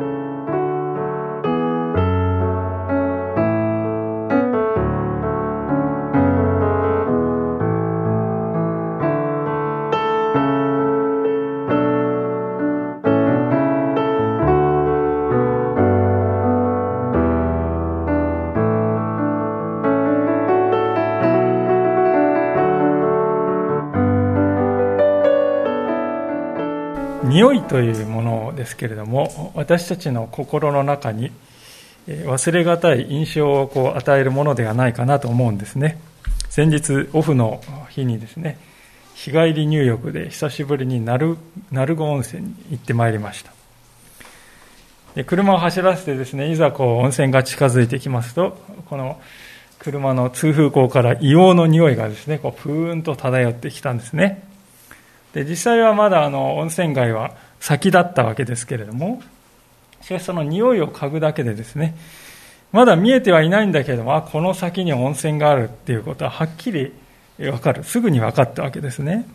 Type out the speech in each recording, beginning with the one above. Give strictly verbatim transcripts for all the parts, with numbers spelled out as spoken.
匂いというものですけれども、私たちの心の中に忘れがたい印象をこう与えるものではないかなと思うんですね。先日オフの日にですね、日帰り入浴で久しぶりに鳴子温泉に行ってまいりました。で、車を走らせてですね、いざこう温泉が近づいてきますと、この車の通風口から硫黄の匂いがですね、こうプーンと漂ってきたんですね。で、実際はまだあの温泉街は先だったわけですけれども、しかしその匂いを嗅ぐだけでですね、まだ見えてはいないんだけれども、あ、この先に温泉があるっていうことははっきり分かる、すぐに分かったわけですね。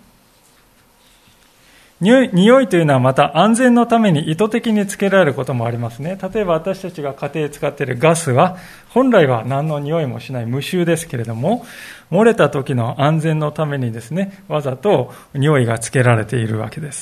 匂い、匂いというのはまた安全のために意図的につけられることもありますね。例えば私たちが家庭で使っているガスは本来は何の匂いもしない無臭ですけれども、漏れた時の安全のためにですね、わざと匂いがつけられているわけです。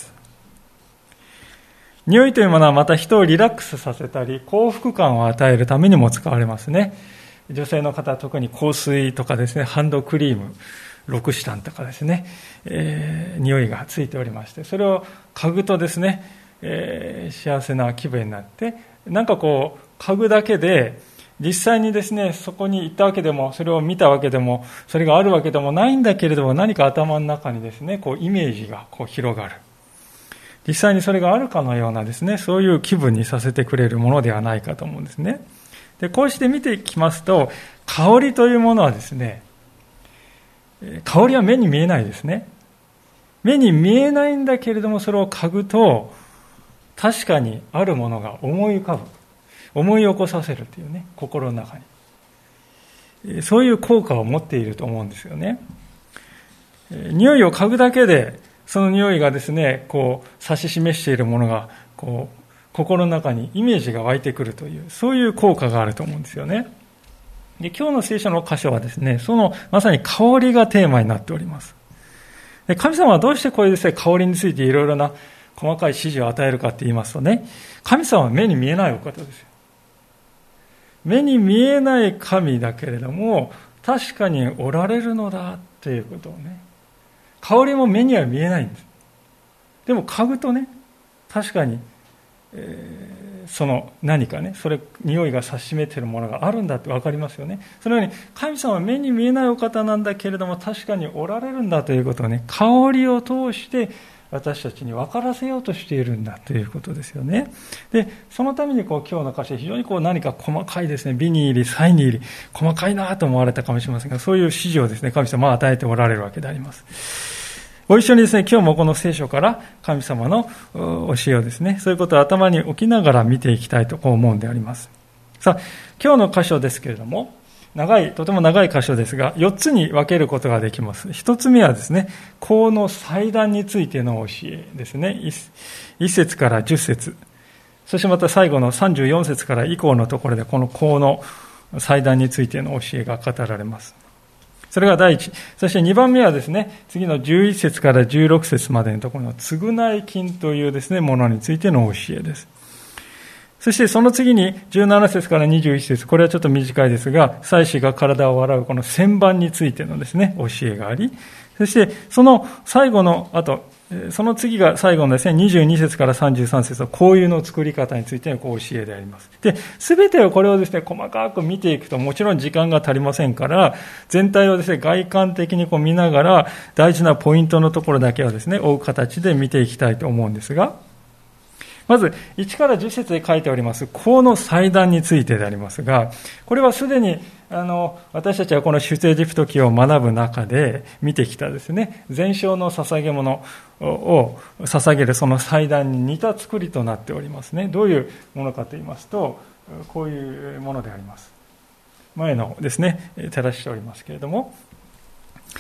匂いというものはまた人をリラックスさせたり幸福感を与えるためにも使われますね。女性の方は特に香水とかですね、ハンドクリーム、ロクシタンとかですね、えー、匂いがついておりまして、それを嗅ぐとですね、えー、幸せな気分になって、なんかこう嗅ぐだけで実際にですね、そこに行ったわけでも、それを見たわけでも、それがあるわけでもないんだけれども、何か頭の中にですね、こうイメージがこう広がる。実際にそれがあるかのようなですね、そういう気分にさせてくれるものではないかと思うんですね。で、こうして見ていきますと、香りというものはですね、香りは目に見えないですね。目に見えないんだけれども、それを嗅ぐと確かにあるものが思い浮かぶ、思い起こさせるというね、心の中にそういう効果を持っていると思うんですよね。匂いを嗅ぐだけでその匂いがですね、こう指し示しているものがこう心の中にイメージが湧いてくるという、そういう効果があると思うんですよね。で、今日の聖書の箇所はですね、そのまさに香りがテーマになっております。で、神様はどうしてこういうですね、香りについていろいろな細かい指示を与えるかって言いますとね、神様は目に見えないお方ですよ。目に見えない神だけれども、確かにおられるのだということをね、香りも目には見えないんです。でも嗅ぐとね、確かに、えーその何かね、それ匂いが指し示しているものがあるんだって分かりますよね。そのように神様は目に見えないお方なんだけれども、確かにおられるんだということをね、香りを通して私たちに分からせようとしているんだということですよね。で、そのためにこう今日の箇所、非常にこう何か細かいですね、美に入り細に入り細かいなと思われたかもしれませんが、そういう指示をですね、神様は与えておられるわけであります。ご一緒にですね、今日もこの聖書から神様の教えをですね、そういうことを頭に置きながら見ていきたいと思うんであります。さあ、今日の箇所ですけれども、長い、とても長い箇所ですが、よっつに分けることができます。一つ目はですね、香の祭壇についての教えですね。一節から十節。そしてまた最後のさんじゅうよん節から以降のところで、この香の祭壇についての教えが語られます。それが第一。そして二番目はですね、次のじゅういち節からじゅうろく節までのところの償い金というですね、ものについての教えです。そしてその次にじゅうなな節からにじゅういち節、これはちょっと短いですが、祭司が体を洗うこの洗番についてのですね、教えがあり、そしてその最後の後、その次が最後のですね、にじゅうに節からさんじゅうさん節の香油の作り方についての教えであります。で、すべてをこれをですね、細かく見ていくともちろん時間が足りませんから、全体をですね、外観的にこう見ながら、大事なポイントのところだけをですね、追う形で見ていきたいと思うんですが、まずいちからじゅう節で書いております香の祭壇についてでありますが、これはすでにあの私たちはこの出エジプト記を学ぶ中で見てきたですね、全焼の捧げ物を捧げるその祭壇に似た作りとなっておりますね。どういうものかと言いますと、こういうものであります。前のですね、照らしておりますけれども、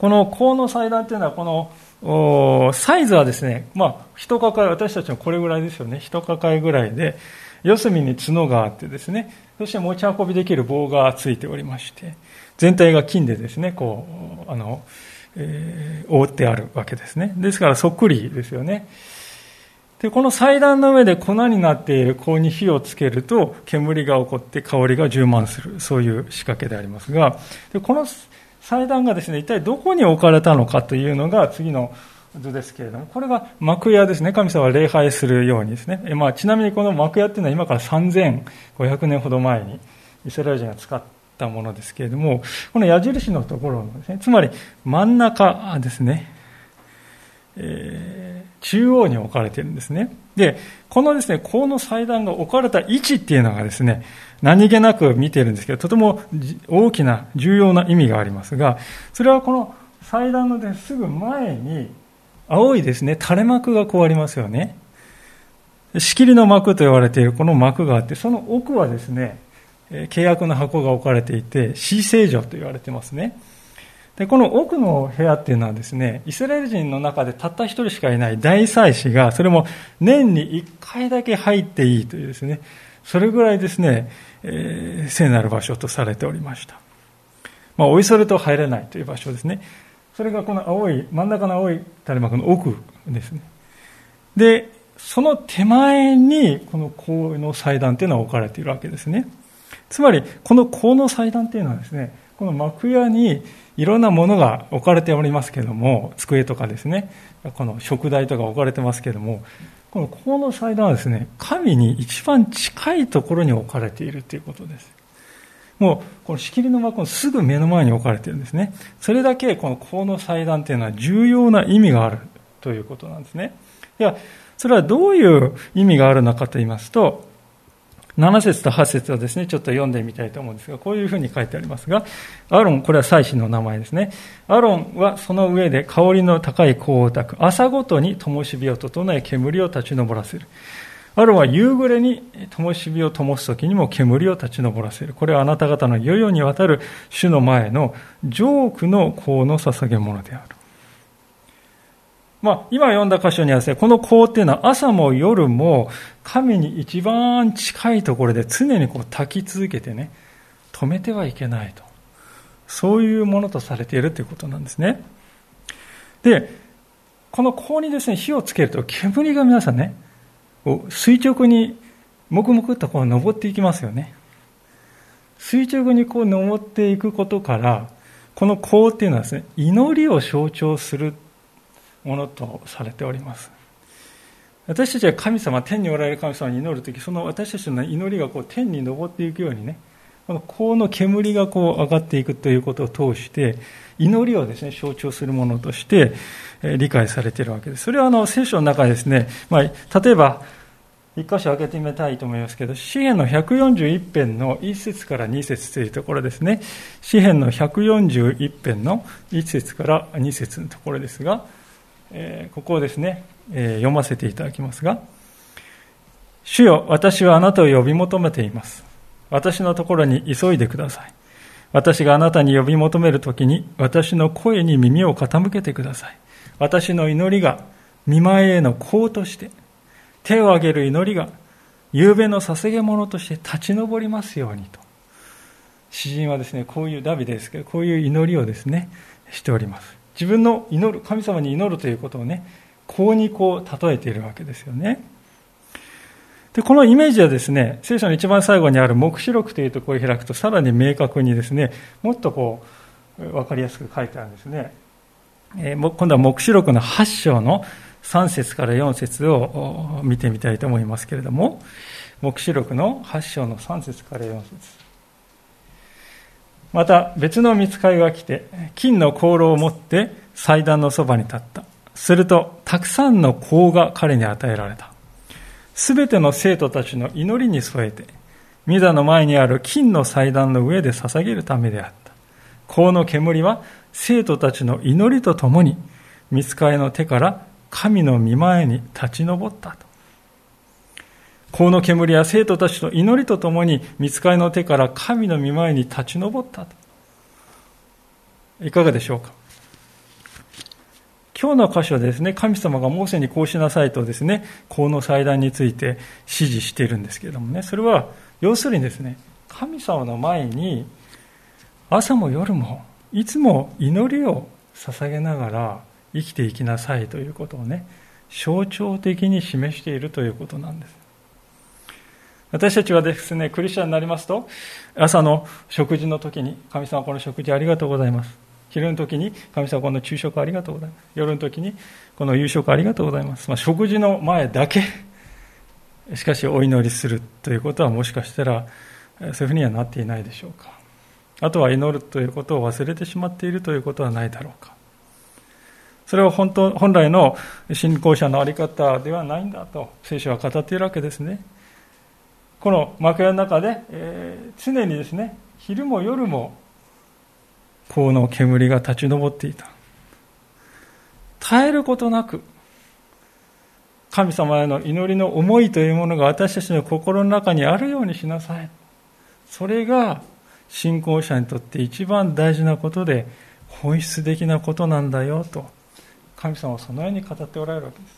この香の祭壇というのは、このサイズはですね、まあ、一抱え、私たちのこれぐらいですよね、一抱えぐらいで、四隅に角があってですね、そして持ち運びできる棒がついておりまして、全体が金でですね、こう、あの、えー、覆ってあるわけですね。ですからそっくりですよね。で、この祭壇の上で粉になっている香に火をつけると煙が起こって香りが充満する、そういう仕掛けでありますが、でこの祭壇がですね、一体どこに置かれたのかというのが次の図ですけれども、これが幕屋ですね。神様は礼拝するようにですね。えまあ、ちなみにこの幕屋っていうのは今からさんぜんごひゃくねんほど前にイスラエル人が使ったものですけれども、この矢印のところのですね、つまり真ん中ですね、えー、中央に置かれているんですね。で、このですね、香の祭壇が置かれた位置っていうのがですね、何気なく見ているんですけど、とても大きな重要な意味がありますが、それはこの祭壇の、ね、すぐ前に青いですね、垂れ幕がこうありますよね。仕切りの幕と言われているこの幕があって、その奥はですね、契約の箱が置かれていて、至聖所と言われていますね。で、この奥の部屋っていうのはですね、イスラエル人の中でたった一人しかいない大祭司が、それも年に一回だけ入っていいというですね、それぐらいですね、えー、聖なる場所とされておりました。まあ、おいそれと入れないという場所ですね。それがこの青い、真ん中の青い垂れ幕の奥ですね。で、その手前にこの香の祭壇というのは置かれているわけですね。つまり、この香の祭壇というのはですね、この幕屋にいろんなものが置かれておりますけれども、机とかですね、この食台とか置かれてますけれども、この香の祭壇はですね、神に一番近いところに置かれているということです。もう、この仕切りの幕のすぐ目の前に置かれているんですね。それだけこの香の祭壇というのは重要な意味があるということなんですね。では、それはどういう意味があるのかと言いますと、なな節とはち節をですね、ちょっと読んでみたいと思うんですが、こういうふうに書いてありますが、アロン、これは祭司の名前ですね。アロンはその上で香りの高い香を焚く。朝ごとに灯火を整え、煙を立ち上らせる。アロンは夕暮れに灯火を灯すときにも煙を立ち上らせる。これはあなた方の世々にわたる主の前のジョークの香の捧げ物である。まあ、今読んだ箇所にはですね、この香っていうのは朝も夜も神に一番近いところで常にこう焚き続けてね、止めてはいけないと。そういうものとされているということなんですね。で、この香にですね、火をつけると煙が皆さんね、垂直に黙々とこう登っていきますよね。垂直にこう登っていくことから、この香っていうのはですね、祈りを象徴するものとされております。私たちは神様、天におられる神様に祈るとき、その私たちの祈りがこう天に昇っていくようにね、この香の煙がこう上がっていくということを通して、祈りをですね、象徴するものとして理解されているわけです。それはあの聖書の中でですね、まあ、例えば、一箇所開けてみたいと思いますけど、詩編のひゃくよんじゅういち編のいち節からに節というところですね。詩編のひゃくよんじゅういち編のいち節からに節のところですが、えー、ここをですね、えー、読ませていただきますが、主よ、私はあなたを呼び求めています。私のところに急いでください。私があなたに呼び求めるときに、私の声に耳を傾けてください。私の祈りが御前への香として、手を挙げる祈りが夕べの捧げ物として立ち上りますようにと。詩人はですね、こういうダビデですけど、こういう祈りをですね、しております。自分の祈る、神様に祈るということをね、香にこう例えているわけですよね。で、このイメージはですね、聖書の一番最後にある黙示録というところを開くと、さらに明確にですね、もっとこう、わかりやすく書いてあるんですね。えー、今度は黙示録のはち章のさん節からよん節を見てみたいと思いますけれども、黙示録のはち章のさん節からよん節。また別の御使いが来て、金の香炉を持って祭壇のそばに立った。すると、たくさんの香が彼に与えられた。すべての生徒たちの祈りに添えて、御座の前にある金の祭壇の上で捧げるためであった。香の煙は生徒たちの祈りとともに、御使いの手から神の御前に立ち上ったと。香の煙や生徒たちの祈りとともに、御使いの手から神の御前に立ち上ったと。いかがでしょうか。 今日の箇所でですね、神様がモーセにこうしなさいとですね、この祭壇について指示しているんですけれどもね、それは要するにですね、神様の前に朝も夜もいつも祈りを捧げながら生きていきなさいということをね、象徴的に示しているということなんです。私たちはですね、クリスチャンになりますと、朝の食事の時に、神様この食事ありがとうございます。昼の時に、神様この昼食ありがとうございます。夜の時に、この夕食ありがとうございます。まあ、食事の前だけ、しかしお祈りするということはもしかしたら、そういうふうにはなっていないでしょうか。あとは祈るということを忘れてしまっているということはないだろうか。それは本当、本来の信仰者の在り方ではないんだと聖書は語っているわけですね。この幕屋の中で、えー、常にですね、昼も夜も香の煙が立ち上っていた。絶えることなく神様への祈りの思いというものが私たちの心の中にあるようにしなさい。それが信仰者にとって一番大事なことで本質的なことなんだよと神様はそのように語っておられるわけです。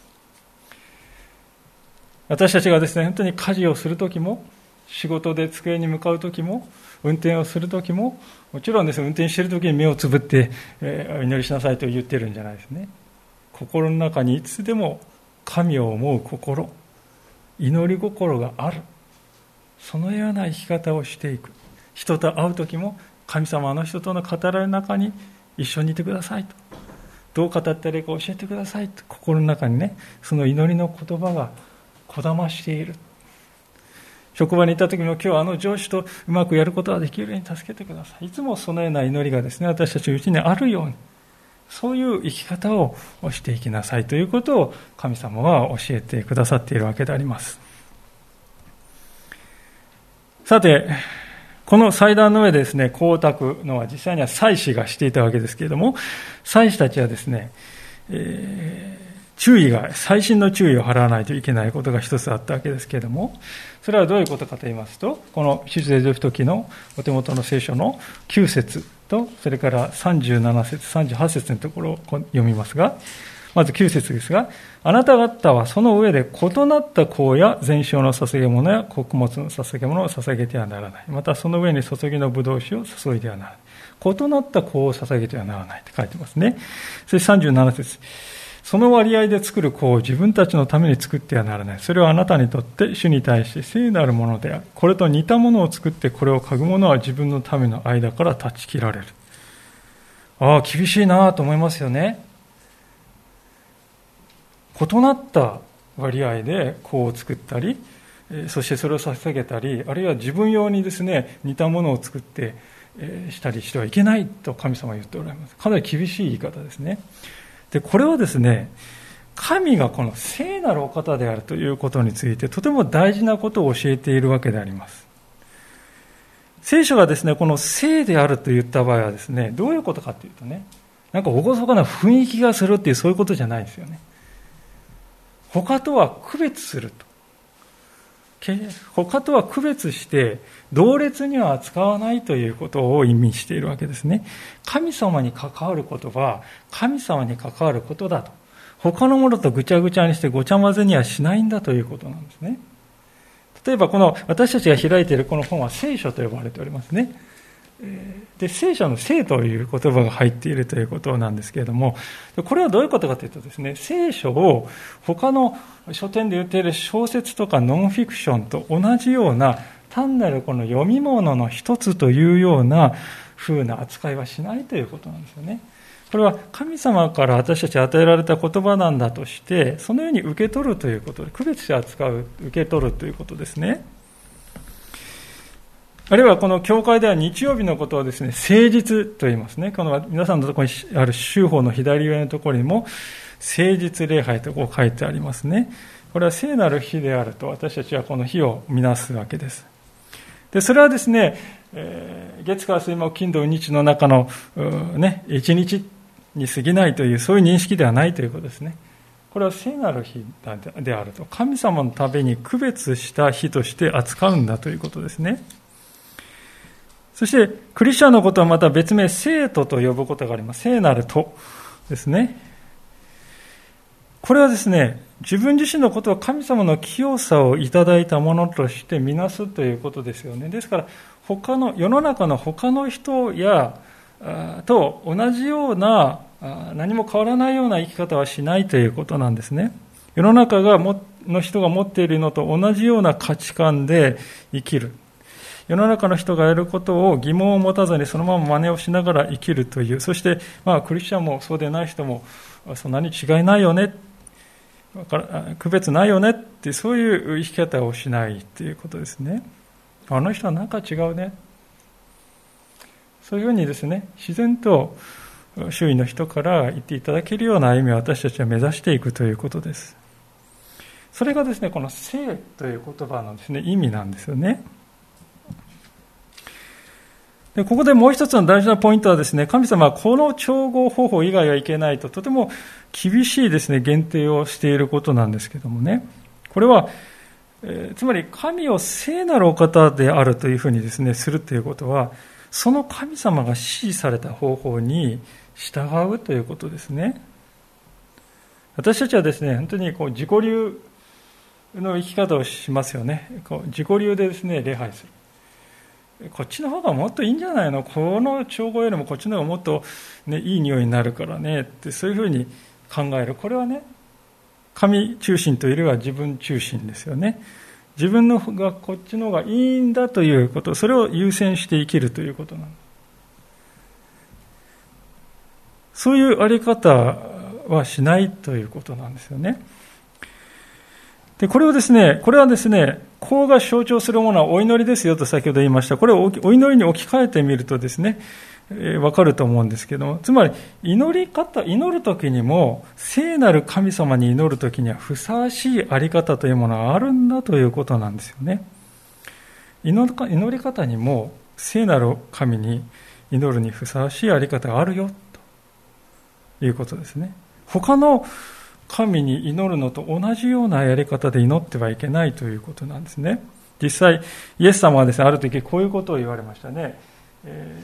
私たちがですね、本当に家事をするときも、仕事で机に向かうときも、運転をするときも、もちろんですね、運転しているときに目をつぶって、えー、祈りしなさいと言ってるんじゃないですね。心の中にいつでも神を思う心、祈り心がある。そのような生き方をしていく。人と会うときも、神様あの人との語られる中に一緒にいてくださいと。どう語ったらいいか教えてくださいと。心の中にね、その祈りの言葉がこだましている。職場にいた時も今日はあの上司とうまくやることができるように助けてください。いつもそのような祈りがですね、私たちのうちにあるように、そういう生き方をしていきなさいということを神様は教えてくださっているわけであります。さて、この祭壇の上でですね、香を焚くのは実際には祭司がしていたわけですけれども、祭司たちはですね、えー注意が、細心の注意を払わないといけないことが一つあったわけですけれども、それはどういうことかと言いますと、この出エジプト記のお手元の聖書のきゅう節と、それからさんじゅうなな節、さんじゅうはち節のところを読みますが、まずきゅう節ですが、あなた方はその上で異なった香や全焼の捧げ物や穀物の捧げ物を捧げてはならない。またその上に注ぎのブドウ酒を注いではならない。異なった香を捧げてはならないって書いてますね。そしてさんじゅうなな節。その割合で作る香を自分たちのために作ってはならない。それはあなたにとって主に対して聖なるものである。これと似たものを作ってこれを嗅ぐ者は自分のための間から断ち切られる。ああ、厳しいなと思いますよね。異なった割合で香を作ったり、そしてそれを捧げたり、あるいは自分用にですね、似たものを作ってしたりしてはいけないと神様は言っておられます。かなり厳しい言い方ですね。で、これはですね、神がこの聖なるお方であるということについてとても大事なことを教えているわけであります。聖書がですね、この聖であると言った場合はですね、どういうことかというとね、なんか厳かな雰囲気がするっていうそういうことじゃないですよね。他とは区別すると。他とは区別して同列には扱わないということを意味しているわけですね。神様に関わることは神様に関わることだと。他のものとぐちゃぐちゃにしてごちゃ混ぜにはしないんだということなんですね。例えばこの私たちが開いているこの本は聖書と呼ばれておりますね。で、聖書の聖という言葉が入っているということなんですけれども、これはどういうことかというとですね、聖書を他の書店で言っている小説とかノンフィクションと同じような単なるこの読み物の一つというような風な扱いはしないということなんですよね。これは神様から私たち与えられた言葉なんだとして、そのように受け取るということで、区別して扱う、受け取るということですね。あるいはこの教会では日曜日のことをですね、聖日と言いますね。この皆さんのところにある州法の左上のところにも、聖日礼拝とこう書いてありますね。これは聖なる日であると私たちはこの日を見なすわけです。で、それはですね、えー、月火水木金土日の中のね、一日に過ぎないという、そういう認識ではないということですね。これは聖なる日であると。神様のために区別した日として扱うんだということですね。そして、クリスチャンのことはまた別名、聖徒と呼ぶことがあります。聖なる徒ですね。 これはですね、自分自身のことは神様の清さをいただいたものとしてみなすということですよね。ですから他の世の中の他の人やと同じような何も変わらないような生き方はしないということなんですね。世の中がもの人が持っているのと同じような価値観で生きる。世の中の人がやることを疑問を持たずにそのまま真似をしながら生きるという、そして、まあ、クリスチャンもそうでない人もそんなに違いないよね、区別ないよねって、そういう生き方をしないということですね。あの人はなんか違うね、そういうふうにですね、自然と周囲の人から言っていただけるような歩みを私たちは目指していくということです。それがですね、この聖という言葉のですね、意味なんですよね。で、ここでもう一つの大事なポイントはですね、神様はこの調合方法以外はいけないと、とても厳しいですね、限定をしていることなんですけどもね。これは、えー、つまり神を聖なるお方であるというふうにですね、するということは、その神様が指示された方法に従うということですね。私たちはですね、本当にこう自己流の生き方をしますよね。こう自己流でですね、礼拝する。こっちの方がもっといいんじゃないの、この調合よりもこっちの方がもっと、ね、いい匂いになるからねって、そういうふうに考える。これはね、神中心というよりは自分中心ですよね。自分のがこっちの方がいいんだということ、それを優先して生きるということなんです。そういうあり方はしないということなんですよね。で、これをですね、これはですね、こうが象徴するものはお祈りですよと先ほど言いました。これをお祈りに置き換えてみるとですね、えー、わかると思うんですけども、つまり祈り方、祈るときにも聖なる神様に祈るときにはふさわしいあり方というものがあるんだということなんですよね。祈り方にも聖なる神に祈るにふさわしいあり方があるよということですね。他の神に祈るのと同じようなやり方で祈ってはいけないということなんですね。実際イエス様はですね、ある時こういうことを言われましたね。え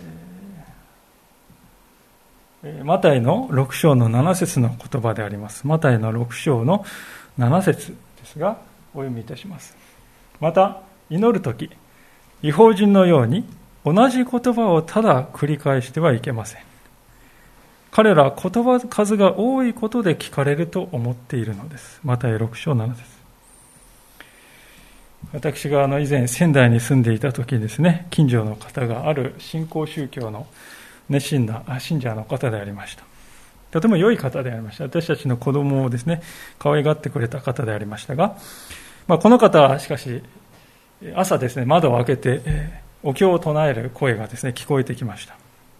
ー、マタイのろく章のなな節の言葉であります。マタイのろく章のなな節ですが、お読みいたします。また祈るとき、異邦人のように同じ言葉をただ繰り返してはいけません。彼らは言葉数が多いことで聞かれると思っているのです。マタイろく章なな節。私があの以前仙台に住んでいた時にですね、近所の方がある新興宗教の熱心な信者の方でありました。とても良い方でありました。私たちの子供をですね、可愛がってくれた方でありましたが、まあ、この方はしかし朝ですね、窓を開けてお経を唱える声がですね、聞こえてきました。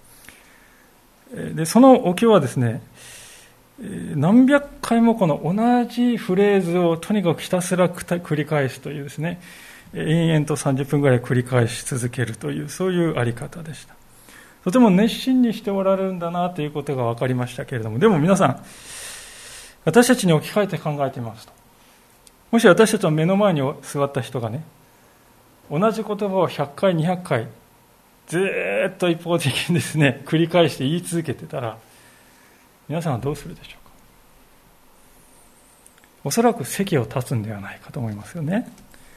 でそのお経はですね、何百回もこの同じフレーズをとにかくひたすら繰り返すというですね、延々とさんじゅっぷんぐらい繰り返し続けるという、そういうあり方でした。とても熱心にしておられるんだなということが分かりましたけれども、でも皆さん、私たちに置き換えて考えてみますと、もし私たちの目の前に座った人がね、同じ言葉をひゃっかいにひゃっかいずっと一方的にですね、繰り返して言い続けてたら、皆さんはどうするでしょうか。おそらく席を立つんではないかと思いますよね。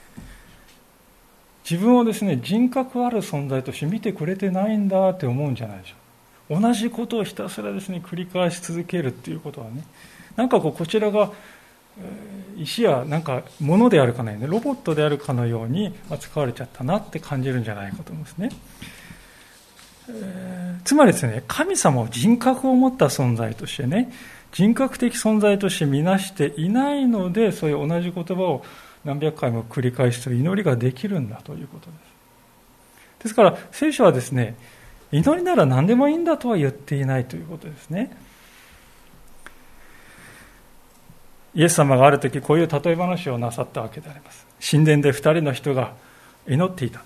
自分をですね、人格ある存在として見てくれてないんだって思うんじゃないでしょうか。同じことをひたすらですね、繰り返し続けるっていうことはね、なんかこうこちらが石やなんか物であるかのように、ロボットであるかのように扱われちゃったなって感じるんじゃないかと思うんですね。えー、つまりですね、神様を人格を持った存在としてね、人格的存在として見なしていないので、そういう同じ言葉を何百回も繰り返すという祈りができるんだということです。ですから聖書はですね、祈りなら何でもいいんだとは言っていないということですね。イエス様がある時こういう例え話をなさったわけであります。神殿で二人の人が祈っていた。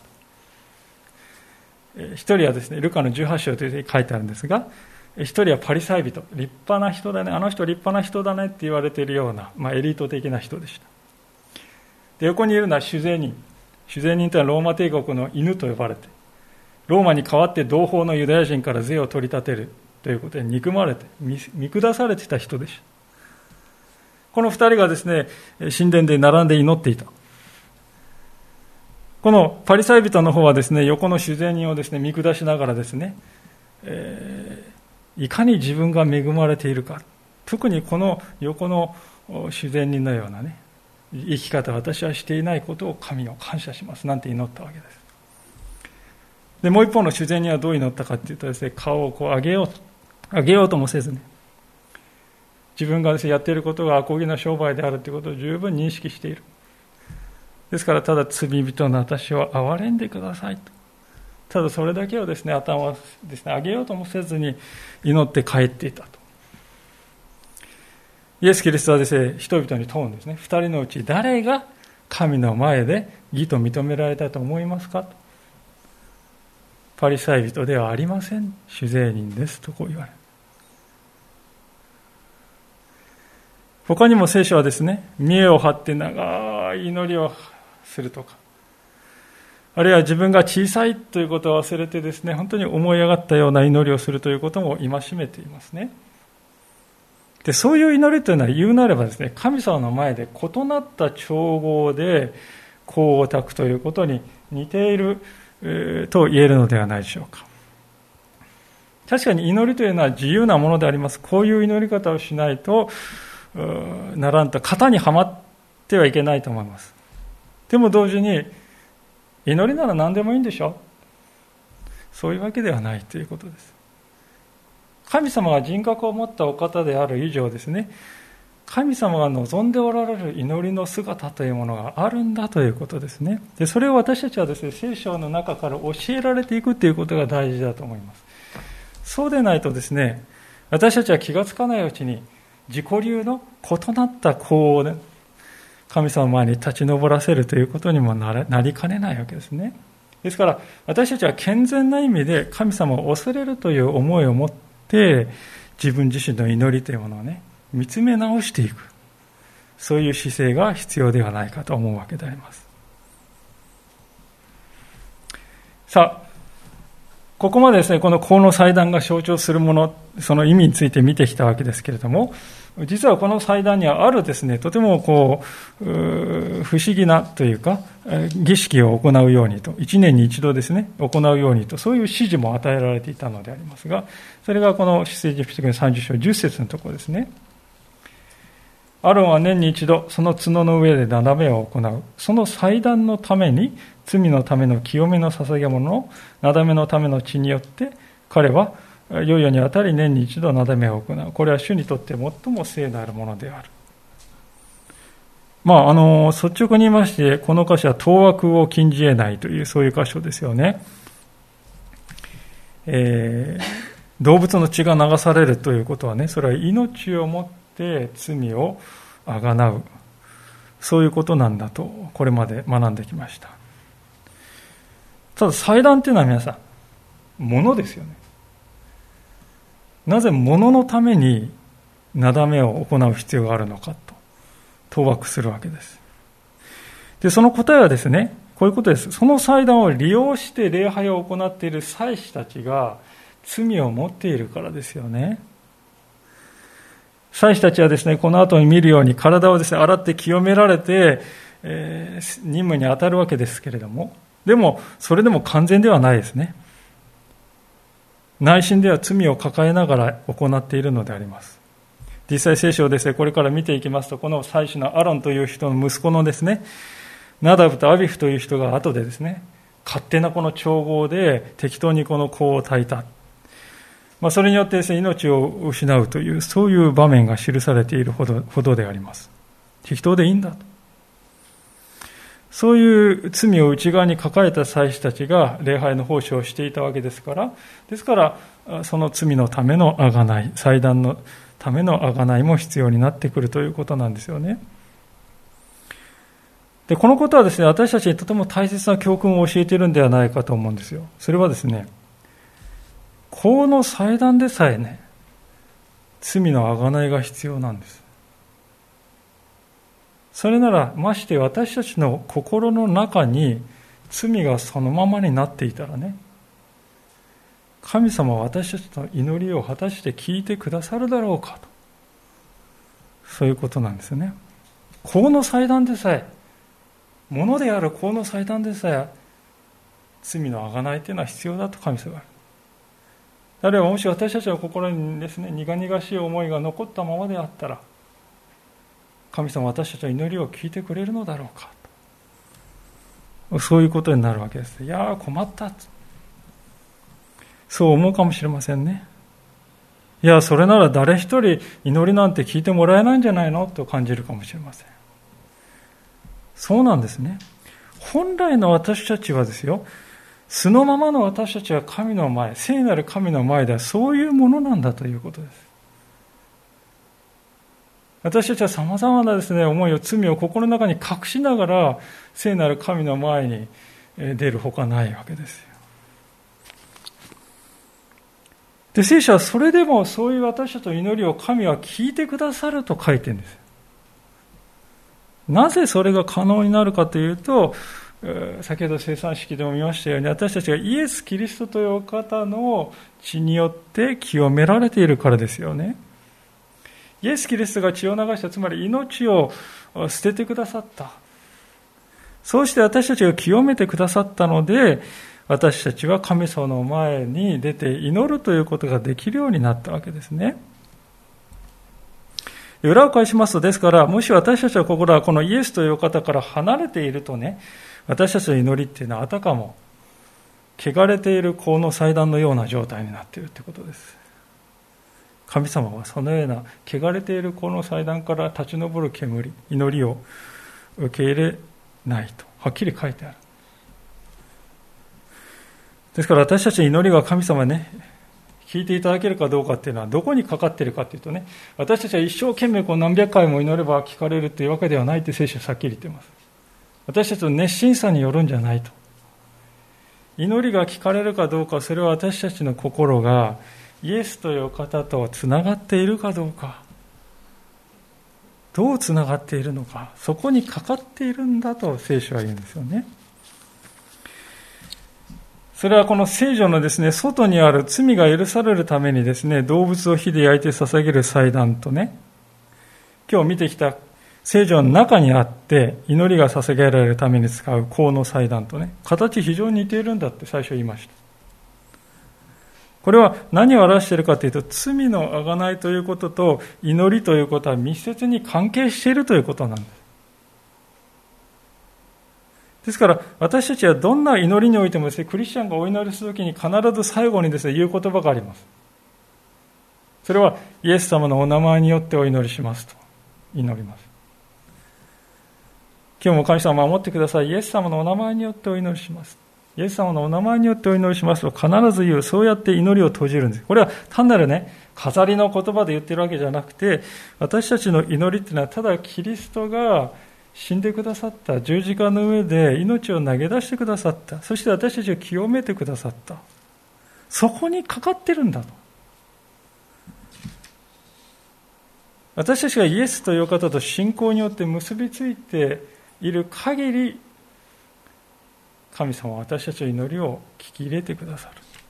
一人はですね、ルカのじゅうはち章というふうに書いてあるんですが、一人はパリサイ人、立派な人だね、あの人立派な人だねって言われているような、まあ、エリート的な人でした。で、横にいるのは主税人。主税人というのはローマ帝国の犬と呼ばれて、ローマに代わって同胞のユダヤ人から税を取り立てるということで憎まれて、見下されていた人でした。 この二人がですね、神殿で並んで祈っていた。このパリサイ人の方はですね、横の主税人をですね、見下しながらですね、えー、いかに自分が恵まれているか、特にこの横の主税人のようなね、生き方、私はしていないことを神を感謝しますなんて祈ったわけです。で、もう一方の主税人はどう祈ったかっていうとですね、顔をこう上げようと、上げようともせずね、自分がですね、やっていることが悪行な商売であるということを十分認識している。ですからただ罪人の私を憐れんでくださいと、ただそれだけをですね、頭をですね、上げようともせずに祈って帰っていたと。イエス・キリストはですね、人々に問うんですね。二人のうち誰が神の前で義と認められたと思いますかと。パリサイ人ではありません、主税人ですとこう言われる。他にも聖書はですね、見栄を張って長い祈りをするとか、あるいは自分が小さいということを忘れてですね、本当に思い上がったような祈りをするということも戒めていますね。で、そういう祈りというのは言うなればですね、神様の前で異なった調合で功を託ということに似ている、えー、と言えるのではないでしょうか。確かに祈りというのは自由なものであります。こういう祈り方をしないとならんと、型にはまってはいけないと思います。でも同時に、祈りなら何でもいいんでしょ、そういうわけではないということです。神様が人格を持ったお方である以上ですね、神様が望んでおられる祈りの姿というものがあるんだということですね。で、それを私たちはですね、聖書の中から教えられていくということが大事だと思います。そうでないとですね、私たちは気がつかないうちに自己流の異なった功を、ね、神様の前に立ち上らせるということにもなり、なりかねないわけですね。ですから私たちは健全な意味で神様を恐れるという思いを持って自分自身の祈りというものをね、見つめ直していく、そういう姿勢が必要ではないかと思うわけであります。さあ、ここまでですね、この香の祭壇が象徴するもの、その意味について見てきたわけですけれども、実はこの祭壇にはあるですね、とてもこう、う不思議なというか、儀式を行うようにと、一年に一度ですね、行うようにと、そういう指示も与えられていたのでありますが、それがこの出エジプト記のさんじゅっ章じゅっ節のところですね。アロンは年に一度、その角の上でなだめを行う。その祭壇のために、罪のための清めの捧げ物のなだめのための血によって、彼は世々にあたり年に一度なだめを行う。これは主にとって最も聖なるものである。まあ、あの、率直に言いまして、この箇所は当惑を禁じ得ないという、そういう箇所ですよね。えー、動物の血が流されるということはね、それは命をもって罪をあがなう。そういうことなんだと、これまで学んできました。ただ祭壇というのは皆さん、物ですよね。なぜ物のためになだめを行う必要があるのかと当惑するわけです。で、その答えはですね、こういうことです。その祭壇を利用して礼拝を行っている祭司たちが罪を持っているからですよね。祭司たちはですね、この後に見るように体をですね、洗って清められて、えー、任務に当たるわけですけれども、でもそれでも完全ではないですね。内心では罪を抱えながら行っているのであります。実際聖書をですね、これから見ていきますと、この祭司のアロンという人の息子のですね、ナダブとアビフという人が後でですね、勝手なこの調合で適当にこの香を焚いた。まあ、それによってですね、命を失うという、そういう場面が記されているほど、ほどであります。適当でいいんだと。そういう罪を内側に抱えた祭司たちが礼拝の奉仕をしていたわけですから、ですから、その罪のための贖い、祭壇のための贖いも必要になってくるということなんですよね。で、このことはですね、私たちにとても大切な教訓を教えているんではないかと思うんですよ。それはですね、香の祭壇でさえね、罪の贖いが必要なんです。それならまして私たちの心の中に罪がそのままになっていたらね、神様は私たちの祈りを果たして聞いてくださるだろうかと、 そういうことなんですよね。香の祭壇でさえ、物である香の祭壇でさえ、罪の贖いというのは必要だと神様が。あるいはもし私たちの心にですね、苦々しい思いが残ったままであったら、神様は私たちの祈りを聞いてくれるのだろうかと。そういうことになるわけです。いやー困った。そう思うかもしれませんね。いや、それなら誰一人祈りなんて聞いてもらえないんじゃないのと感じるかもしれません。そうなんですね。本来の私たちはですよ、素のままの私たちは神の前、聖なる神の前ではそういうものなんだということです。私たちはさまざまなですね、思いを、罪を心の中に隠しながら聖なる神の前に出るほかないわけですよ。で、聖書はそれでもそういう私たちの祈りを神は聞いてくださると書いてるんです。なぜそれが可能になるかというと、先ほど聖餐式でも見ましたように、私たちがイエス・キリストというお方の血によって清められているからですよね。イエス・キリストが血を流した、つまり命を捨ててくださった。そうして私たちが清めてくださったので、私たちは神様の前に出て祈るということができるようになったわけですね。裏を返しますと、ですから、もし私たちの心はこのイエスというお方から離れているとね、私たちの祈りっていうのはあたかも汚れている香の祭壇のような状態になっているということです。神様はそのような汚れている香の祭壇から立ち上る煙、祈りを受け入れないとはっきり書いてある。ですから私たちの祈りが神様にね、聞いていただけるかどうかっていうのはどこにかかっているかというとね、私たちは一生懸命こう何百回も祈れば聞かれるというわけではないと聖書ははっきり言っています。私たちの熱心さによるんじゃないと。祈りが聞かれるかどうか、それは私たちの心がイエスという方とつながっているかどうか、どうつながっているのか、そこにかかっているんだと聖書は言うんですよね。それはこの聖女のですね、外にある罪が許されるためにですね、動物を火で焼いて捧げる祭壇とね、今日見てきた聖女の中にあって祈りが捧げられるために使う香の祭壇とね、形非常に似ているんだって最初言いました。これは何を表しているかというと、罪の贖いということと祈りということは密接に関係しているということなんです。ですから私たちはどんな祈りにおいてもですね、クリスチャンがお祈りするときに必ず最後にですね、言う言葉があります。それはイエス様のお名前によってお祈りしますと祈ります。今日も神様を守ってください。イエス様のお名前によってお祈りします。イエス様のお名前によってお祈りしますと必ず言う。そうやって祈りを閉じるんです。これは単なるね、飾りの言葉で言ってるわけじゃなくて、私たちの祈りっていうのはただキリストが死んでくださった、十字架の上で命を投げ出してくださった、そして私たちを清めてくださった、そこにかかってるんだと。私たちがイエスという方と信仰によって結びついている限り、神様は私たちの祈りを聞き入れてくださる。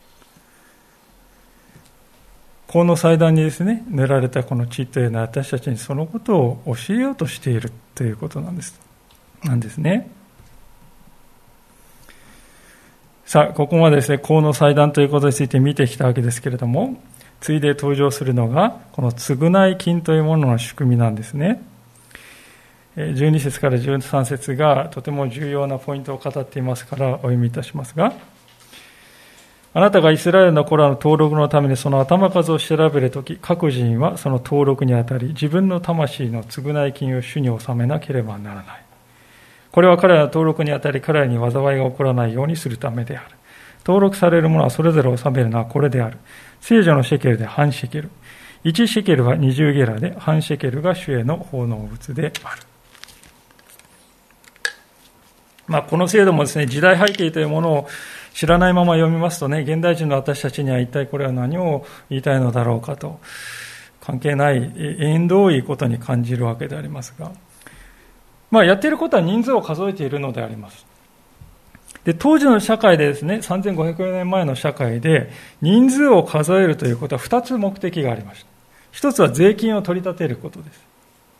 この祭壇にですね、塗られたこの血というのは私たちにそのことを教えようとしているということなんです。なんですね。さあ、ここまでですね、香の祭壇ということについて見てきたわけですけれども、次いで登場するのが、この償い金というものの仕組みなんですね。じゅうに節からじゅうさん節がとても重要なポイントを語っていますからお読みいたしますが、あなたがイスラエルの子らの登録のためにその頭数を調べるとき、各人はその登録にあたり、自分の魂の償い金を主に納めなければならない。これは彼らの登録にあたり、彼らに災いが起こらないようにするためである。登録されるものはそれぞれ納めるのはこれである。聖女のシェケルで半シェケル。いちシェケルはにじゅうゲラで、半シェケルが主への奉納物である。まあ、この制度もですね、時代背景というものを知らないまま読みますとね、現代人の私たちには一体これは何を言いたいのだろうかと、関係ない縁遠いことに感じるわけでありますが、まあ、やっていることは人数を数えているのであります。で、当時の社会でですね、さんぜんごひゃくねんまえの社会で人数を数えるということはふたつ目的がありました。一つは税金を取り立てることです。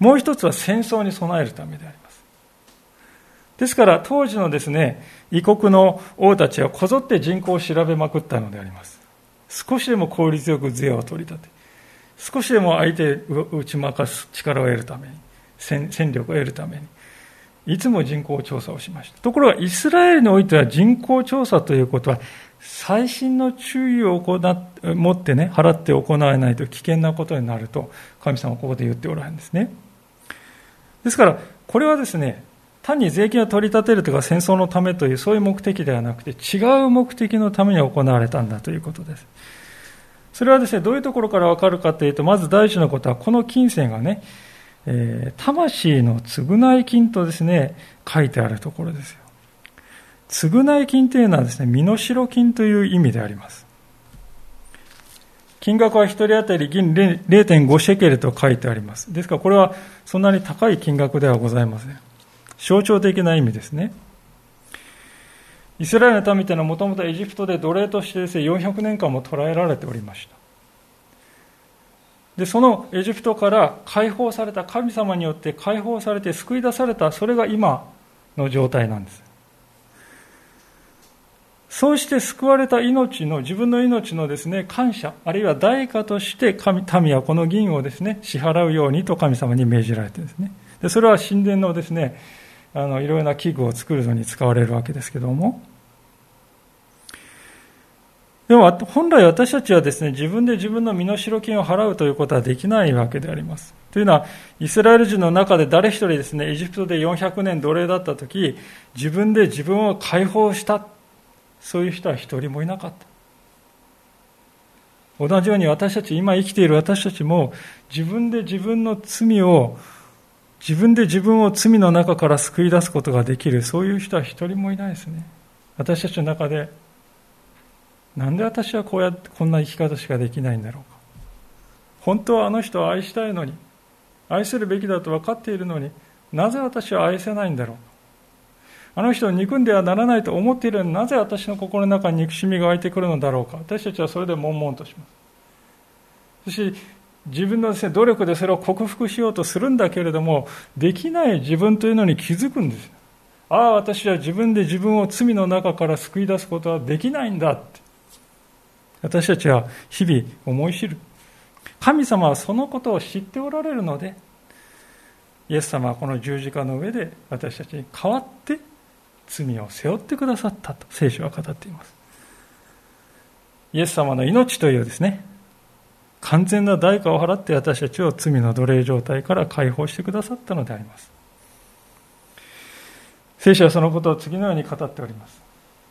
もう一つは戦争に備えるためであります。ですから当時のですね、異国の王たちはこぞって人口を調べまくったのであります。少しでも効率よく税を取り立て、少しでも相手を打ち負かす力を得るために、戦, 戦力を得るために、いつも人口調査をしました。ところがイスラエルにおいては人口調査ということは細心の注意を行っ持ってね、払って行わないと危険なことになると神様はここで言っておられるんですね。ですからこれはですね、単に税金を取り立てるとか戦争のためというそういう目的ではなくて、違う目的のために行われたんだということです。それはですね、どういうところからわかるかというと、まず第一のことはこの金銭がね、えー、魂の償い金とですね書いてあるところですよ。償い金というのはですね、身代金という意味であります。金額は一人当たり銀 れいてんご シェケルと書いてあります。ですからこれはそんなに高い金額ではございません。象徴的な意味ですね。イスラエルの民というのはもともとエジプトで奴隷としてですね、よんひゃくねんかんも捕らえられておりました。で、そのエジプトから解放された、神様によって解放されて救い出された、それが今の状態なんです。そうして救われた命の、自分の命のですね、感謝、あるいは代価として神、民はこの銀をですね、支払うようにと神様に命じられているんですね。で、それは神殿のですね、あの、いろいろな器具を作るのに使われるわけですけども、でも本来私たちはですね、自分で自分の身代金を払うということはできないわけであります。というのは、イスラエル人の中で誰一人ですね、エジプトでよんひゃくねん奴隷だったとき、自分で自分を解放した、そういう人は一人もいなかった。同じように私たち、今生きている私たちも、自分で自分の罪を、自分で自分を罪の中から救い出すことができる、そういう人は一人もいないですね。私たちの中で、なんで私はこうやってこんな生き方しかできないんだろうか。本当はあの人を愛したいのに、愛するべきだと分かっているのに、なぜ私は愛せないんだろうか。あの人を憎んではならないと思っているのに、なぜ私の心の中に憎しみが湧いてくるのだろうか。私たちはそれで悶々とします。そして自分のですね、努力でそれを克服しようとするんだけれども、できない自分というのに気づくんです。ああ、私は自分で自分を罪の中から救い出すことはできないんだって。私たちは日々思い知る。神様はそのことを知っておられるので、イエス様はこの十字架の上で私たちに代わって罪を背負ってくださったと聖書は語っています。イエス様の命というですね、完全な代価を払って私たちを罪の奴隷状態から解放してくださったのであります。聖書はそのことを次のように語っております。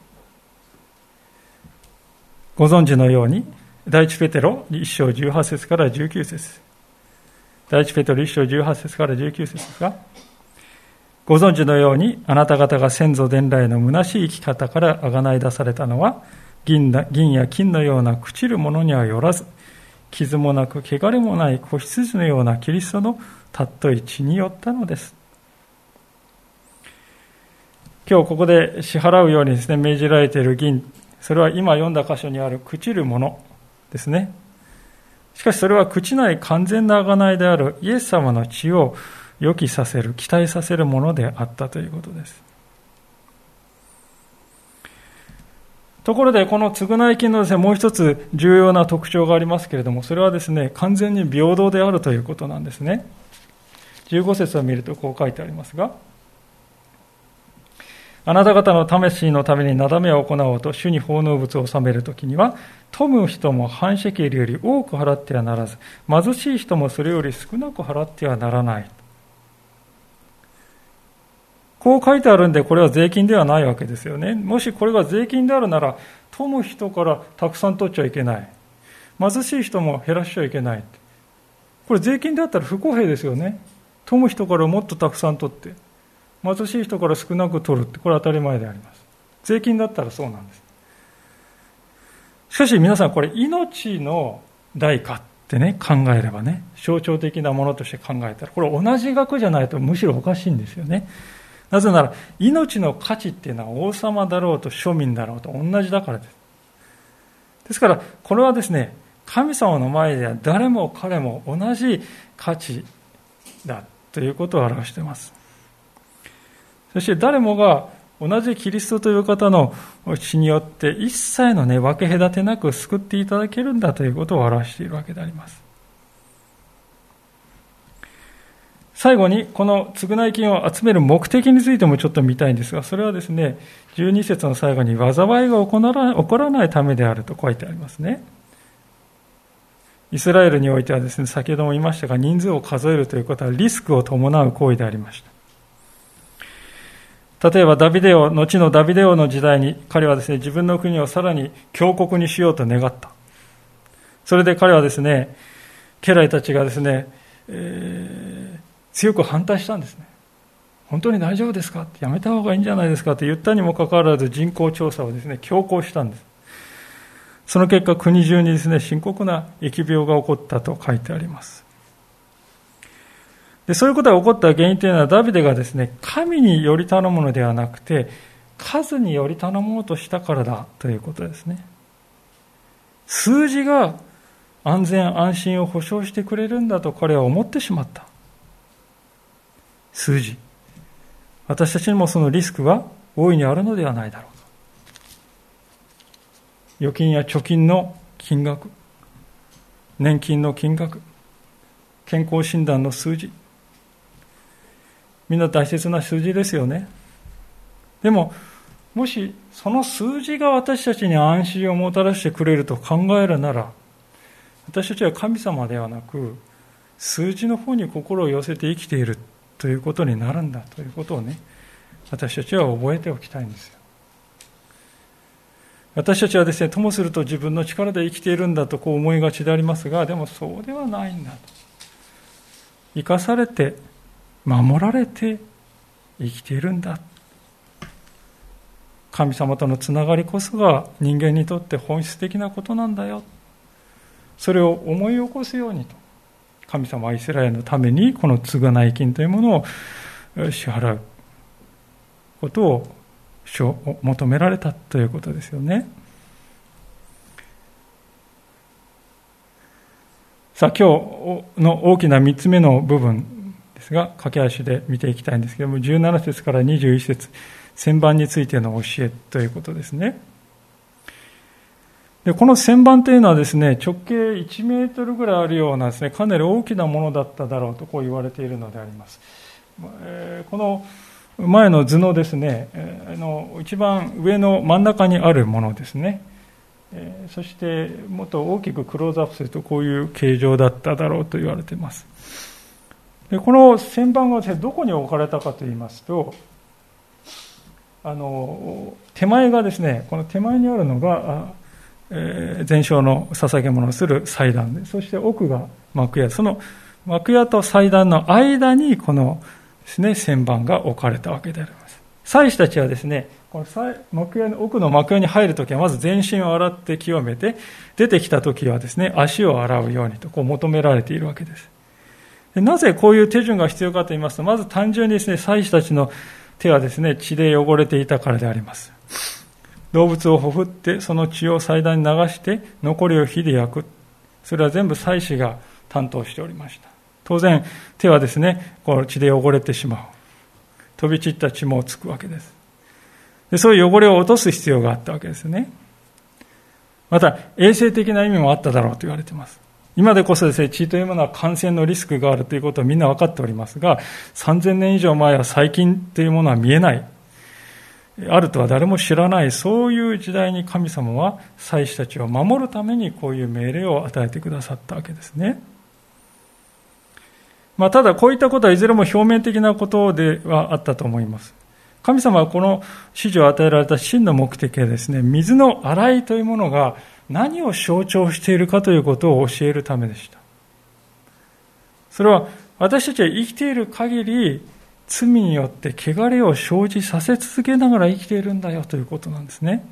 ご存知のように、第一ペテロいっ章じゅうはち節からじゅうきゅう節。第一ペテロいっ章じゅうはち節からじゅうきゅう節ですが、ご存知のように、あなた方が先祖伝来の虚しい生き方から贖い出されたのは、銀や金のような朽ちるものにはよらず、傷もなく汚れもない子羊のようなキリストの尊い血によったのです。今日ここで支払うようにですね、命じられている銀、それは今読んだ箇所にある朽ちるものですね。しかしそれは朽ちない完全な贖いであるイエス様の血を予期させる、期待させるものであったということです。ところでこの償い金のですね、もう一つ重要な特徴がありますけれども、それはですね、完全に平等であるということなんですね。じゅうご節を見るとこう書いてありますが、あなた方の魂のためになだめを行おうと主に奉納物を納めるときには、富む人も半シェケルより多く払ってはならず、貧しい人もそれより少なく払ってはならない。こう書いてあるんで、これは税金ではないわけですよね。もしこれが税金であるなら、富む人からたくさん取っちゃいけない。貧しい人も減らしちゃいけない。これ税金であったら不公平ですよね。富む人からもっとたくさん取って、貧しい人から少なく取るって、これは当たり前であります。税金だったらそうなんです。しかし皆さん、これ命の代価ってね、考えればね、象徴的なものとして考えたら、これ同じ額じゃないとむしろおかしいんですよね。なぜなら、命の価値っていうのは王様だろうと庶民だろうと同じだからです。ですから、これはですね、神様の前では誰も彼も同じ価値だ。 ということを表しています。そして誰もが同じキリストという方の血によって一切のね、分け隔てなく救っていただけるんだということを表しているわけであります。最後に、この償い金を集める目的についてもちょっと見たいんですが、それはですね、じゅうに節の最後に、災いが起こらないためであると書いてありますね。イスラエルにおいてはですね、先ほども言いましたが、人数を数えるということはリスクを伴う行為でありました。例えばダビデ王、後のダビデ王の時代に、彼はですね、自分の国をさらに強国にしようと願った。それで彼はですね、家来たちがですね、えー強く反対したんですね。本当に大丈夫ですかって、やめた方がいいんじゃないですかって言ったにもかかわらず人口調査をですね、強行したんです。その結果、国中にですね、深刻な疫病が起こったと書いてあります。で、そういうことが起こった原因というのは、ダビデがですね、神により頼むのではなくて、数により頼もうとしたからだということですね。数字が安全安心を保証してくれるんだと彼は思ってしまった。数字。私たちにもそのリスクが大いにあるのではないだろうか。預金や貯金の金額、年金の金額、健康診断の数字。みんな大切な数字ですよね。でも、もしその数字が私たちに安心をもたらしてくれると考えるなら、私たちは神様ではなく、数字の方に心を寄せて生きているということになるんだということをね、私たちは覚えておきたいんですよ。私たちはですね、ともすると自分の力で生きているんだとこう思いがちでありますが、でもそうではないんだと。生かされて、守られて生きているんだ。神様とのつながりこそが人間にとって本質的なことなんだよ。それを思い起こすようにと。神様はイスラエルのためにこの償い金というものを支払うことを求められたということですよね。さあ、今日の大きなみっつめの部分ですが、駆け足で見ていきたいんですけれども、じゅうなな節からにじゅういち節、旋盤についての教えということですね。でこの旋盤というのはですね、直径いちメートルぐらいあるようなですね、かなり大きなものだっただろうとこう言われているのであります。えー、この前の図のですね、えー、の一番上の真ん中にあるものですね。えー、そしてもっと大きくクローズアップするとこういう形状だっただろうと言われています。でこの旋盤がですね、どこに置かれたかといいますと、あの手前がですね、この手前にあるのが全焼の捧げ物をする祭壇で、そして奥が幕屋、その幕屋と祭壇の間にこのですね、旋盤が置かれたわけであります。祭司たちはですね、この幕屋の奥の幕屋に入るときはまず全身を洗って清めて、出てきたときはですね、足を洗うようにとこう求められているわけです。でなぜこういう手順が必要かと言いますと、まず単純にですね、祭司たちの手はですね、血で汚れていたからであります。動物をほふってその血を祭壇に流して残りを火で焼く、それは全部祭司が担当しておりました。当然手はですね、この血で汚れてしまう、飛び散った血もつくわけです。でそういう汚れを落とす必要があったわけですね。また衛生的な意味もあっただろうと言われています。今でこそですね、血というものは感染のリスクがあるということをみんな分かっておりますが、さんぜんねん以上前は細菌というものは見えない、あるとは誰も知らない、そういう時代に神様は祭司たちを守るためにこういう命令を与えてくださったわけですね。まあ、ただこういったことはいずれも表面的なことではあったと思います。神様はこの指示を与えられた真の目的はですね、水の洗いというものが何を象徴しているかということを教えるためでした。それは私たちは生きている限り罪によって汚れを生じさせ続けながら生きているんだよということなんですね。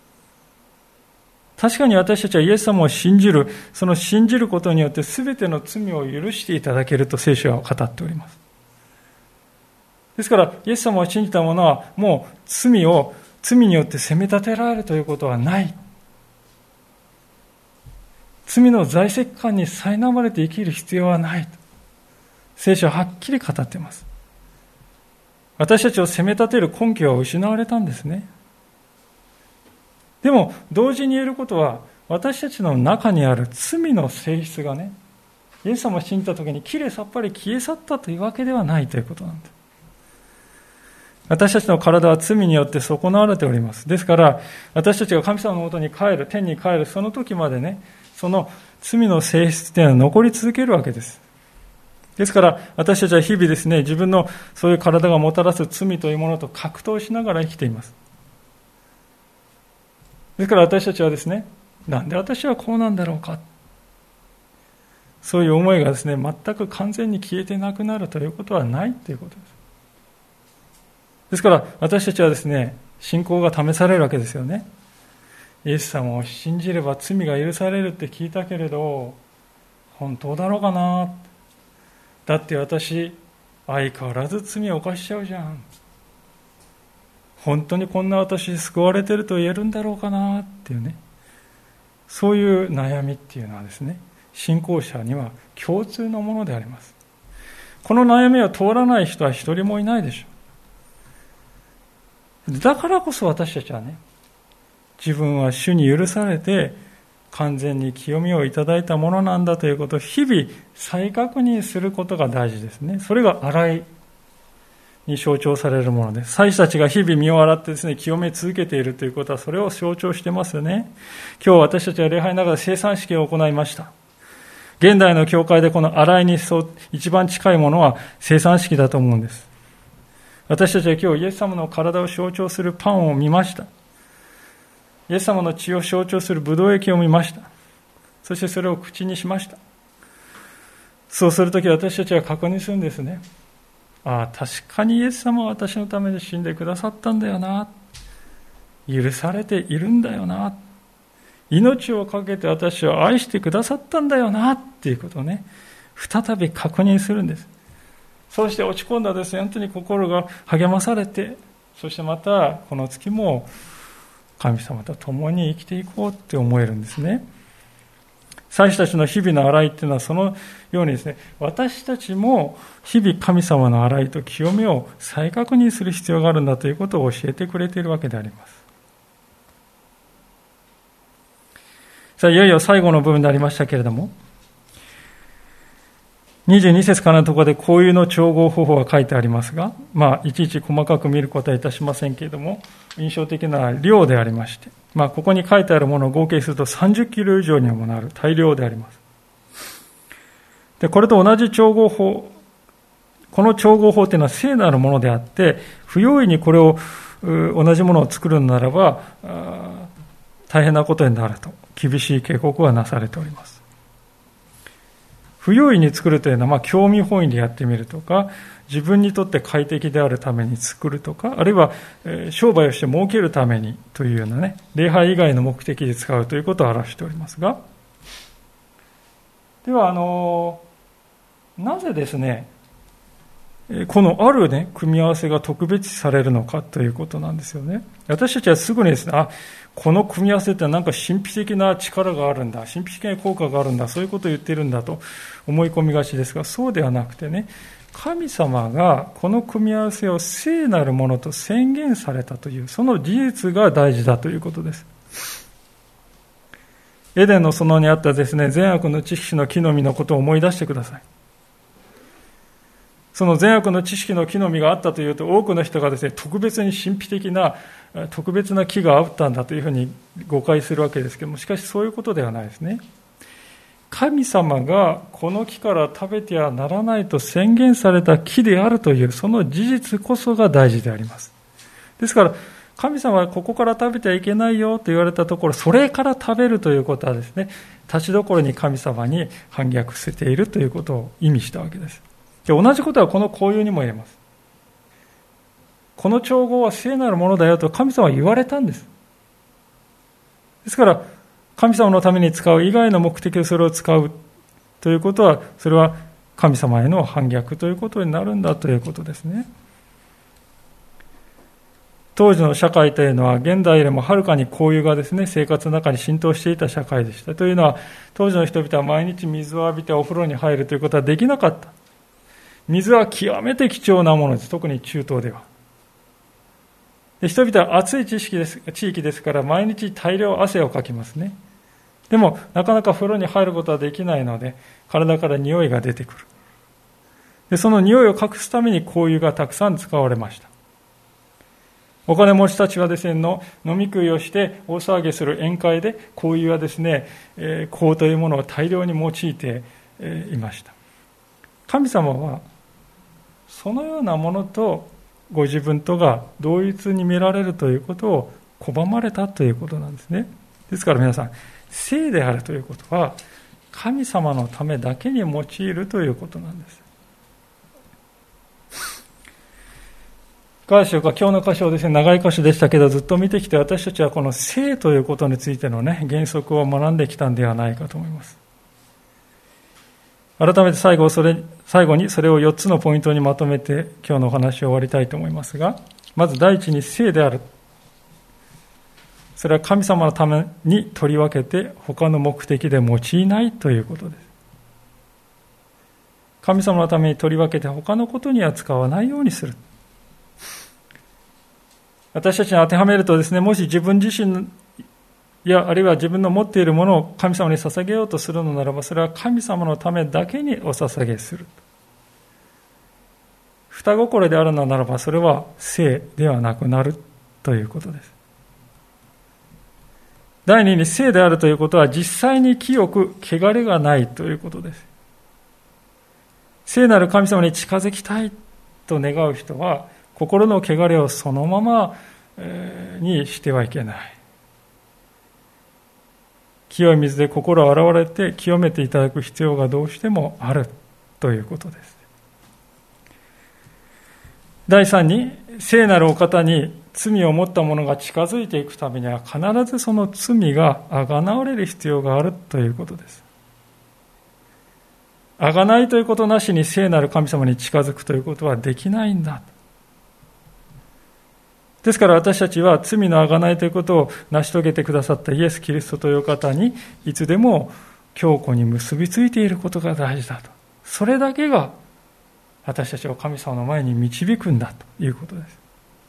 確かに私たちはイエス様を信じる、その信じることによって全ての罪を許していただけると聖書は語っております。ですからイエス様を信じた者はもう罪を罪によって責め立てられるということはない。罪の在籍感に苛まれて生きる必要はない。 聖書ははっきり語っています。私たちを責め立てる根拠は失われたんですね。でも同時に言えることは、私たちの中にある罪の性質がね、イエス様を信じたときにきれいさっぱり消え去ったというわけではないということなんです。私たちの体は罪によって損なわれております。ですから私たちが神様のもとに帰る、天に帰るその時までね、その罪の性質というのは残り続けるわけです。ですから私たちは日々ですね、自分のそういう体がもたらす罪というものと格闘しながら生きています。ですから私たちはですね、なんで私はこうなんだろうか、そういう思いがですね、全く完全に消えてなくなるということはないということです。ですから私たちはですね、信仰が試されるわけですよね。イエス様を信じれば罪が許されるって聞いたけれど、本当だろうかな、だって私相変わらず罪を犯しちゃうじゃん、本当にこんな私救われてると言えるんだろうかなっていうね、そういう悩みっていうのはですね、信仰者には共通のものであります。この悩みを通らない人は一人もいないでしょう。だからこそ私たちはね、自分は主に許されて完全に清みをいただいたものなんだということを日々再確認することが大事ですね。それが洗いに象徴されるものです。祭司たちが日々身を洗ってですね、清め続けているということはそれを象徴してますよね。今日私たちは礼拝の中で聖餐式を行いました。現代の教会でこの洗いに一番近いものは聖餐式だと思うんです。私たちは今日イエス様の体を象徴するパンを見ました。イエス様の血を象徴するブドウ液を見ました。そしてそれを口にしました。そうするとき私たちは確認するんですね。ああ、確かにイエス様は私のために死んでくださったんだよな。許されているんだよな。命をかけて私を愛してくださったんだよなっていうことをね、再び確認するんです。そうして落ち込んだですね、本当に心が励まされて、そしてまたこの月も神様と共に生きていこうって思えるんですね。祭司たちの日々の洗いっていうのはそのようにですね、私たちも日々神様の洗いと清めを再確認する必要があるんだということを教えてくれているわけであります。さあ、いよいよ最後の部分になりましたけれども、にじゅうに節からのところでこういうの調合方法が書いてありますが、まあいちいち細かく見ることはいたしませんけれども、印象的な量でありまして、まあここに書いてあるものを合計するとさんじゅっキロ以上にもなる大量であります。で、これと同じ調合法、この調合法というのは聖なるものであって、不用意にこれを同じものを作るのならば大変なことになると厳しい警告がなされております。不用意に作るというのは、まあ、興味本位でやってみるとか、自分にとって快適であるために作るとか、あるいは、えー、商売をして儲けるためにというようなね、礼拝以外の目的で使うということを表しておりますが、では、あのー、なぜですね、このあるね、組み合わせが特別視されるのかということなんですよね。私たちはすぐにですね、あ、この組み合わせってなんか神秘的な力があるんだ、神秘的な効果があるんだ、そういうことを言っているんだと思い込みがちですが、そうではなくてね、神様がこの組み合わせを聖なるものと宣言されたという、その事実が大事だということです。エデンの園にあったですね、善悪の知識の木の実のことを思い出してください。その善悪の知識の木の実があったというと、多くの人がですね、特別に神秘的な特別な木があったんだというふうに誤解するわけですけども、しかしそういうことではないですね。神様がこの木から食べてはならないと宣言された木であるというその事実こそが大事であります。ですから神様はここから食べてはいけないよと言われたところ、それから食べるということはですね、立ちどころに神様に反逆しているということを意味したわけです。で、同じことはこの交友にも言えます。この調合は聖なるものだよと神様は言われたんです。ですから神様のために使う以外の目的でそれを使うということは、それは神様への反逆ということになるんだということですね。当時の社会というのは現代よりもはるかに交友がですね、生活の中に浸透していた社会でした。というのは、当時の人々は毎日水を浴びてお風呂に入るということはできなかった。 水は極めて貴重なものです。特に中東では。で人々は暑い地域です、地域ですから毎日大量汗をかきますね。でもなかなか風呂に入ることはできないので体から匂いが出てくる。でその匂いを隠すために香油がたくさん使われました。お金持ちたちはですね、の飲み食いをして大騒ぎする宴会で香油はですね、えー、香というものを大量に用いて、えー、いました。神様はそのようなものとご自分とが同一に見られるということを拒まれたということなんですね。ですから皆さん、聖であるということは神様のためだけに用いるということなんです。いかがでしょうか。今日の箇所はですね、長い箇所でしたけどずっと見てきて私たちはこの聖ということについてのね原則を学んできたんではないかと思います。改めて最後それ最後にそれをよっつのポイントにまとめて今日のお話を終わりたいと思いますが、まず第一に聖である。それは神様のために取り分けて他の目的で用いないということです。神様のために取り分けて他のことには使わないようにする。私たちに当てはめるとですね、もし自分自身やあるいは自分の持っているものを神様に捧げようとするのならば、それは神様のためだけにお捧げする。双心であるのならば、それは聖ではなくなるということです。第二に、聖であるということは実際に清く汚れがないということです。聖なる神様に近づきたいと願う人は心の汚れをそのままにしてはいけない。清い水で心を洗われて清めていただく必要がどうしてもあるということです。第三に、聖なるお方に罪を持った者が近づいていくためには必ずその罪があがなわれる必要があるということです。あがないということなしに聖なる神様に近づくということはできないんだ。ですから私たちは罪のあがないということを成し遂げてくださったイエス・キリストという方にいつでも強固に結びついていることが大事だと。それだけが私たちを神様の前に導くんだということです。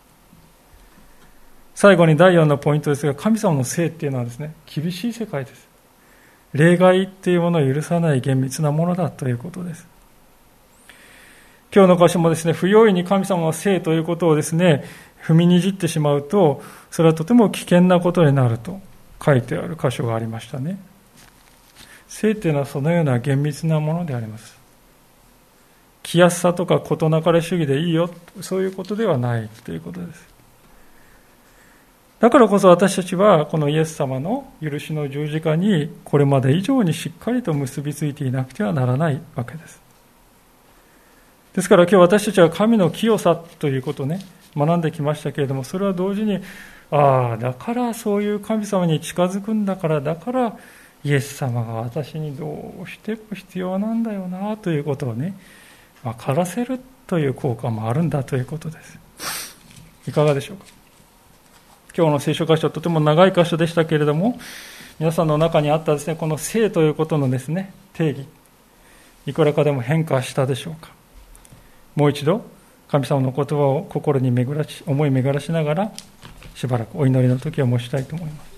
最後にだいよんのポイントですが、神様の聖っていうのはですね、厳しい世界です。例外っていうものを許さない厳密なものだということです。今日の箇所もですね、不用意に神様の聖ということをですね、踏みにじってしまうと、それはとても危険なことになると書いてある箇所がありましたね。聖というのはそのような厳密なものであります。気安さとか事なかれ主義でいいよ、そういうことではないということです。だからこそ私たちはこのイエス様の許しの十字架にこれまで以上にしっかりと結びついていなくてはならないわけです。ですから今日私たちは神の清さということをね、学んできましたけれども、それは同時に、ああ、だからそういう神様に近づくんだから、だからイエス様が私にどうしても必要なんだよなということをね、分からせるという効果もあるんだということです。いかがでしょうか。今日の聖書箇所はとても長い箇所でしたけれども、皆さんの中にあったですね、この聖ということのですね、定義、いくらかでも変化したでしょうか。もう一度、神様の言葉を心に巡らし、思い巡らしながら、しばらくお祈りの時を持ちたいと思います。